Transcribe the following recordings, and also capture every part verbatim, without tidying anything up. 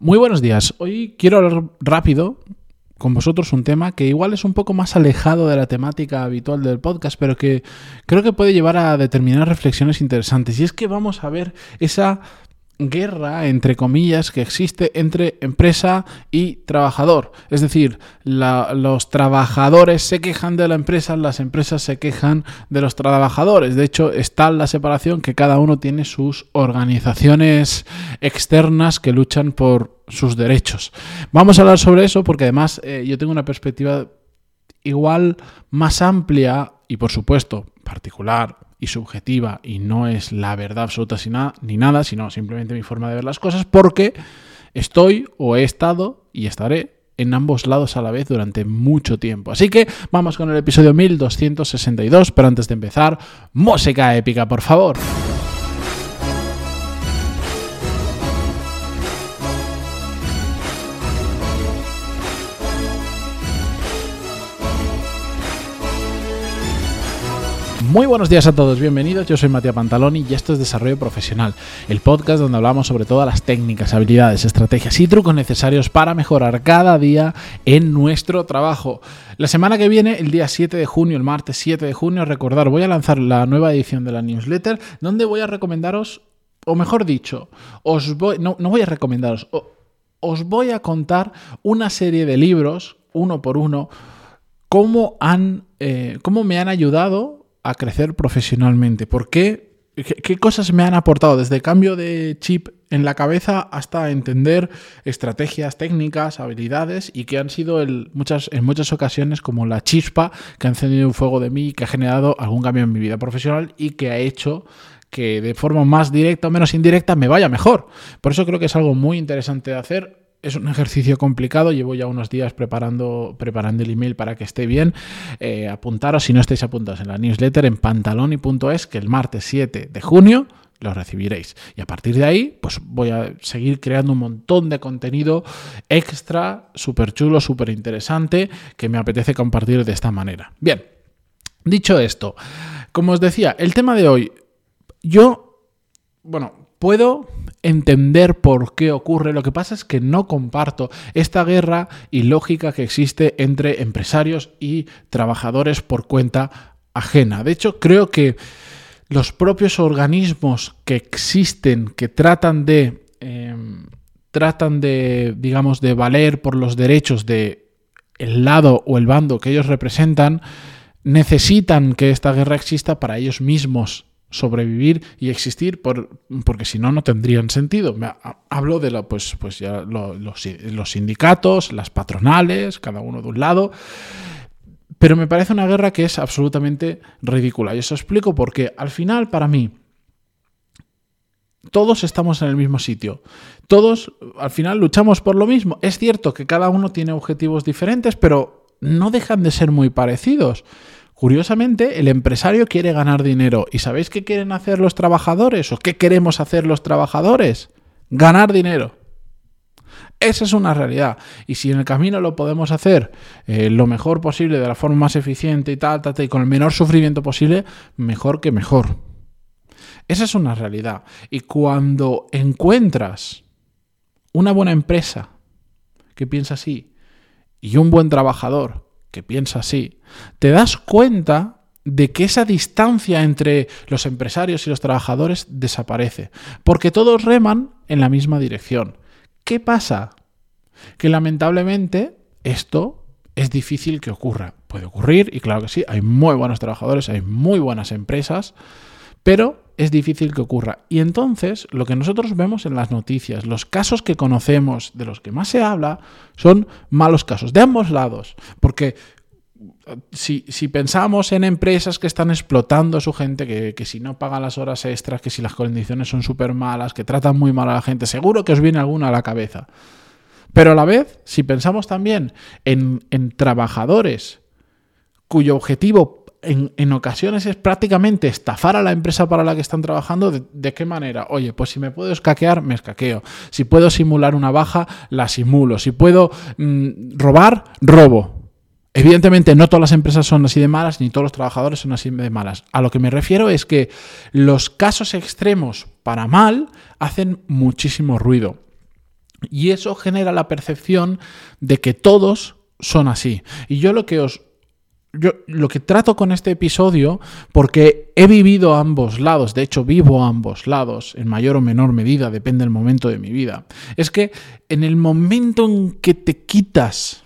Muy buenos días. Hoy quiero hablar rápido con vosotros un tema que igual es un poco más alejado de la temática habitual del podcast, pero que creo que puede llevar a determinadas reflexiones interesantes. Y es que vamos a ver esa guerra, entre comillas, que existe entre empresa y trabajador. Es decir, la, los trabajadores se quejan de la empresa, las empresas se quejan de los trabajadores. De hecho, está la separación que cada uno tiene sus organizaciones externas que luchan por sus derechos. Vamos a hablar sobre eso porque además eh, yo tengo una perspectiva igual más amplia y, por supuesto, particular y subjetiva, y no es la verdad absoluta ni nada, sino simplemente mi forma de ver las cosas, porque estoy o he estado y estaré en ambos lados a la vez durante mucho tiempo. Así que vamos con el episodio mil doscientos sesenta y dos, pero antes de empezar, música épica, por favor. Muy buenos días a todos, bienvenidos, yo soy Matías Pantaloni y esto es Desarrollo Profesional, el podcast donde hablamos sobre todas las técnicas, habilidades, estrategias y trucos necesarios para mejorar cada día en nuestro trabajo. La semana que viene, el día siete de junio, el martes siete de junio, recordar, voy a lanzar la nueva edición de la newsletter donde voy a recomendaros, o mejor dicho, os voy, no, no voy a recomendaros, os voy a contar una serie de libros, uno por uno, cómo, han, eh, cómo me han ayudado a crecer profesionalmente. ¿Por qué? ¿Qué, qué cosas me han aportado? Desde cambio de chip en la cabeza hasta entender estrategias, técnicas, habilidades y que han sido el, muchas, en muchas ocasiones como la chispa que ha encendido un fuego de mí y que ha generado algún cambio en mi vida profesional y que ha hecho que de forma más directa o menos indirecta me vaya mejor. Por eso creo que es algo muy interesante de hacer. Es un ejercicio complicado, llevo ya unos días preparando, preparando el email para que esté bien. Eh, apuntaros, si no estáis apuntados en la newsletter, en pantaloni punto es, que el martes siete de junio lo recibiréis. Y a partir de ahí, pues voy a seguir creando un montón de contenido extra, súper chulo, súper interesante, que me apetece compartir de esta manera. Bien, dicho esto, como os decía, el tema de hoy, yo, bueno, puedo entender por qué ocurre. Lo que pasa es que no comparto esta guerra ilógica que existe entre empresarios y trabajadores por cuenta ajena. De hecho, creo que los propios organismos que existen, que tratan de, eh, tratan de, digamos, de valer por los derechos de el lado o el bando que ellos representan, necesitan que esta guerra exista para ellos mismos sobrevivir y existir, por, porque si no, no tendrían sentido. Me, hablo de lo, pues, pues ya lo, los, los sindicatos, las patronales, cada uno de un lado, pero me parece una guerra que es absolutamente ridícula. Y os explico por qué. Al final, para mí, todos estamos en el mismo sitio. Todos, al final, luchamos por lo mismo. Es cierto que cada uno tiene objetivos diferentes, pero no dejan de ser muy parecidos. Curiosamente, el empresario quiere ganar dinero. ¿Y sabéis qué quieren hacer los trabajadores? ¿O qué queremos hacer los trabajadores? Ganar dinero. Esa es una realidad. Y si en el camino lo podemos hacer eh, lo mejor posible, de la forma más eficiente y tal, tal, tal, y con el menor sufrimiento posible, mejor que mejor. Esa es una realidad. Y cuando encuentras una buena empresa que piensa así y un buen trabajador que piensa así, te das cuenta de que esa distancia entre los empresarios y los trabajadores desaparece, porque todos reman en la misma dirección. ¿Qué pasa? Que lamentablemente esto es difícil que ocurra. Puede ocurrir, y claro que sí, hay muy buenos trabajadores, hay muy buenas empresas, pero es difícil que ocurra. Y entonces, lo que nosotros vemos en las noticias, los casos que conocemos, de los que más se habla, son malos casos, de ambos lados. Porque si, si pensamos en empresas que están explotando a su gente, que, que si no pagan las horas extras, que si las condiciones son súper malas, que tratan muy mal a la gente, seguro que os viene alguna a la cabeza. Pero a la vez, si pensamos también en, en trabajadores cuyo objetivo En, en ocasiones es prácticamente estafar a la empresa para la que están trabajando. ¿De, de qué manera? Oye, pues si me puedo escaquear, me escaqueo. Si puedo simular una baja, la simulo. Si puedo mmm, robar, robo. Evidentemente no todas las empresas son así de malas, ni todos los trabajadores son así de malas. A lo que me refiero es que los casos extremos para mal hacen muchísimo ruido. Y eso genera la percepción de que todos son así. Y yo lo que os Yo lo que trato con este episodio, porque he vivido ambos lados, de hecho vivo ambos lados, en mayor o menor medida, depende del momento de mi vida, es que en el momento en que te quitas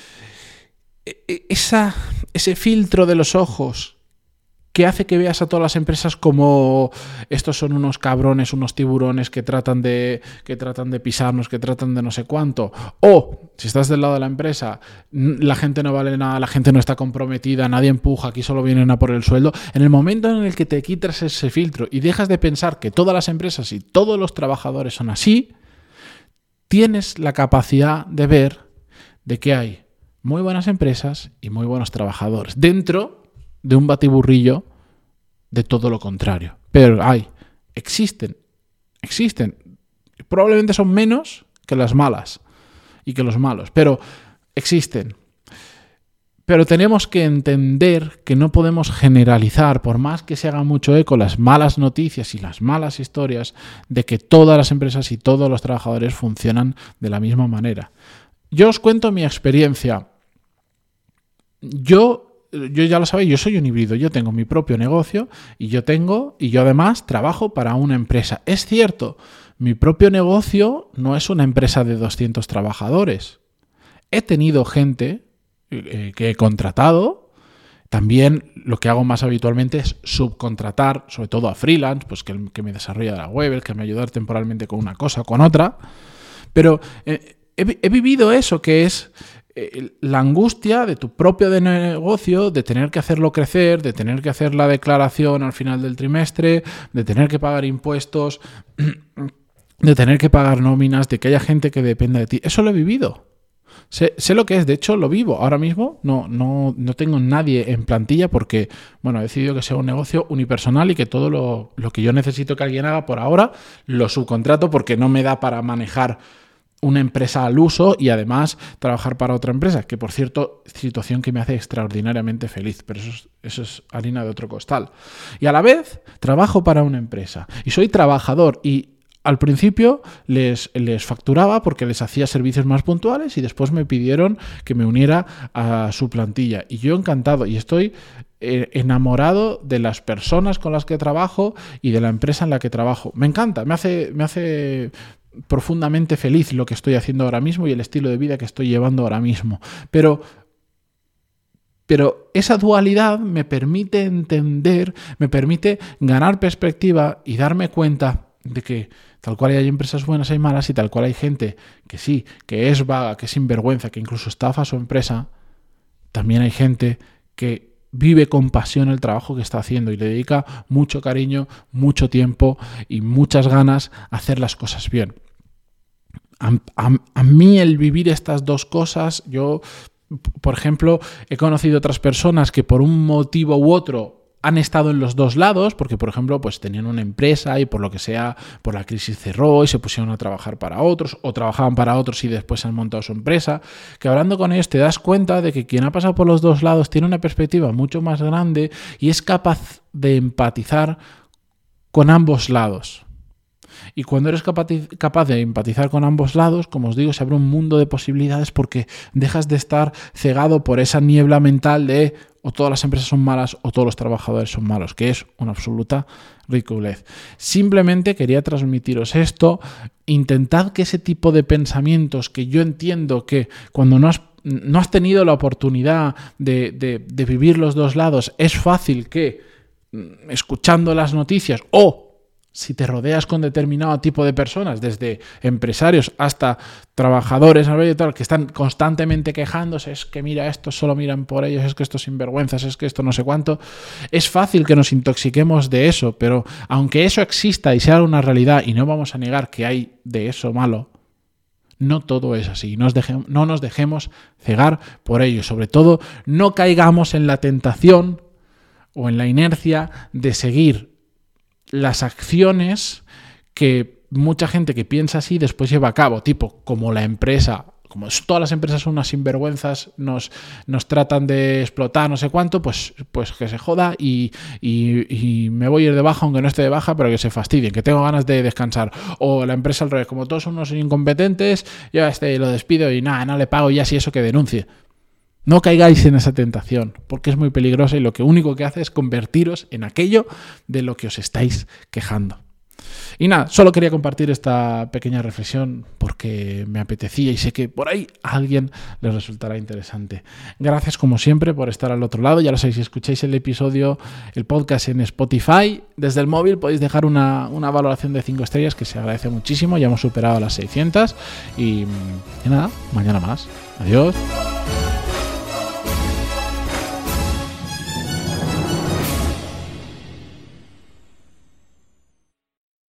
esa, ese filtro de los ojos que hace que veas a todas las empresas como estos son unos cabrones, unos tiburones que tratan de, que tratan de pisarnos, que tratan de no sé cuánto. O, si estás del lado de la empresa, la gente no vale nada, la gente no está comprometida, nadie empuja, aquí solo vienen a por el sueldo. En el momento en el que te quitas ese filtro y dejas de pensar que todas las empresas y todos los trabajadores son así, tienes la capacidad de ver de que hay muy buenas empresas y muy buenos trabajadores dentro de un batiburrillo de todo lo contrario. Pero hay, existen, existen. Probablemente son menos que las malas y que los malos, pero existen. Pero tenemos que entender que no podemos generalizar, por más que se haga mucho eco las malas noticias y las malas historias, de que todas las empresas y todos los trabajadores funcionan de la misma manera. Yo os cuento mi experiencia. Yo Yo ya lo sabéis, yo soy un híbrido, yo tengo mi propio negocio y yo tengo, y yo además trabajo para una empresa. Es cierto, mi propio negocio no es una empresa de doscientos trabajadores. He tenido gente eh, que he contratado. También lo que hago más habitualmente es subcontratar, sobre todo a freelance, pues que, que me desarrolla la web, el que me ayuda temporalmente con una cosa o con otra. Pero eh, he, he vivido eso, que es la angustia de tu propio negocio, de tener que hacerlo crecer, de tener que hacer la declaración al final del trimestre, de tener que pagar impuestos, de tener que pagar nóminas, de que haya gente que dependa de ti. Eso lo he vivido. Sé, sé lo que es, de hecho lo vivo. Ahora mismo no, no, no tengo nadie en plantilla porque, bueno, he decidido que sea un negocio unipersonal y que todo lo, lo que yo necesito que alguien haga por ahora lo subcontrato porque no me da para manejar una empresa al uso y además trabajar para otra empresa, que por cierto, situación que me hace extraordinariamente feliz, pero eso es, eso es harina de otro costal. Y a la vez trabajo para una empresa y soy trabajador y al principio les, les facturaba porque les hacía servicios más puntuales y después me pidieron que me uniera a su plantilla y yo encantado y estoy eh, enamorado de las personas con las que trabajo y de la empresa en la que trabajo. Me encanta, me hace... Me hace profundamente feliz lo que estoy haciendo ahora mismo y el estilo de vida que estoy llevando ahora mismo. Pero, pero esa dualidad me permite entender, me permite ganar perspectiva y darme cuenta de que tal cual hay empresas buenas, hay malas y tal cual hay gente que sí, que es vaga, que es sinvergüenza, que incluso estafa a su empresa, también hay gente que vive con pasión el trabajo que está haciendo y le dedica mucho cariño, mucho tiempo y muchas ganas a hacer las cosas bien. A, a, a mí el vivir estas dos cosas, yo, por ejemplo, he conocido otras personas que por un motivo u otro han estado en los dos lados, porque por ejemplo pues tenían una empresa y por lo que sea, por la crisis cerró y se pusieron a trabajar para otros, o trabajaban para otros y después han montado su empresa, que hablando con ellos te das cuenta de que quien ha pasado por los dos lados tiene una perspectiva mucho más grande y es capaz de empatizar con ambos lados. Y cuando eres capaz, capaz de empatizar con ambos lados, como os digo, se abre un mundo de posibilidades porque dejas de estar cegado por esa niebla mental de o todas las empresas son malas o todos los trabajadores son malos, que es una absoluta ridiculez. Simplemente quería transmitiros esto. Intentad que ese tipo de pensamientos que yo entiendo que cuando no has, no has tenido la oportunidad de, de, de vivir los dos lados, es fácil que escuchando las noticias o si te rodeas con determinado tipo de personas, desde empresarios hasta trabajadores que están constantemente quejándose, es que mira, estos solo miran por ellos, es que estos sinvergüenzas, es que esto no sé cuánto, es fácil que nos intoxiquemos de eso, pero aunque eso exista y sea una realidad, y no vamos a negar que hay de eso malo, no todo es así, no nos dejemos, no nos dejemos cegar por ello, sobre todo no caigamos en la tentación o en la inercia de seguir las acciones que mucha gente que piensa así después lleva a cabo, tipo como la empresa como todas las empresas son unas sinvergüenzas, nos, nos tratan de explotar, no sé cuánto, pues, pues que se joda y, y, y me voy a ir de baja, aunque no esté de baja, pero que se fastidien, que tengo ganas de descansar. O la empresa al revés, como todos son unos incompetentes, yo a este lo despido y nada, no le pago y así eso que denuncie. No caigáis en esa tentación, porque es muy peligrosa y lo que único que hace es convertiros en aquello de lo que os estáis quejando. Y nada, solo quería compartir esta pequeña reflexión porque me apetecía y sé que por ahí a alguien les resultará interesante. Gracias como siempre por estar al otro lado. Ya lo sabéis, si escucháis el episodio, el podcast en Spotify, desde el móvil podéis dejar una, una valoración de cinco estrellas que se agradece muchísimo. Ya hemos superado las seiscientas y, y nada, mañana más. Adiós.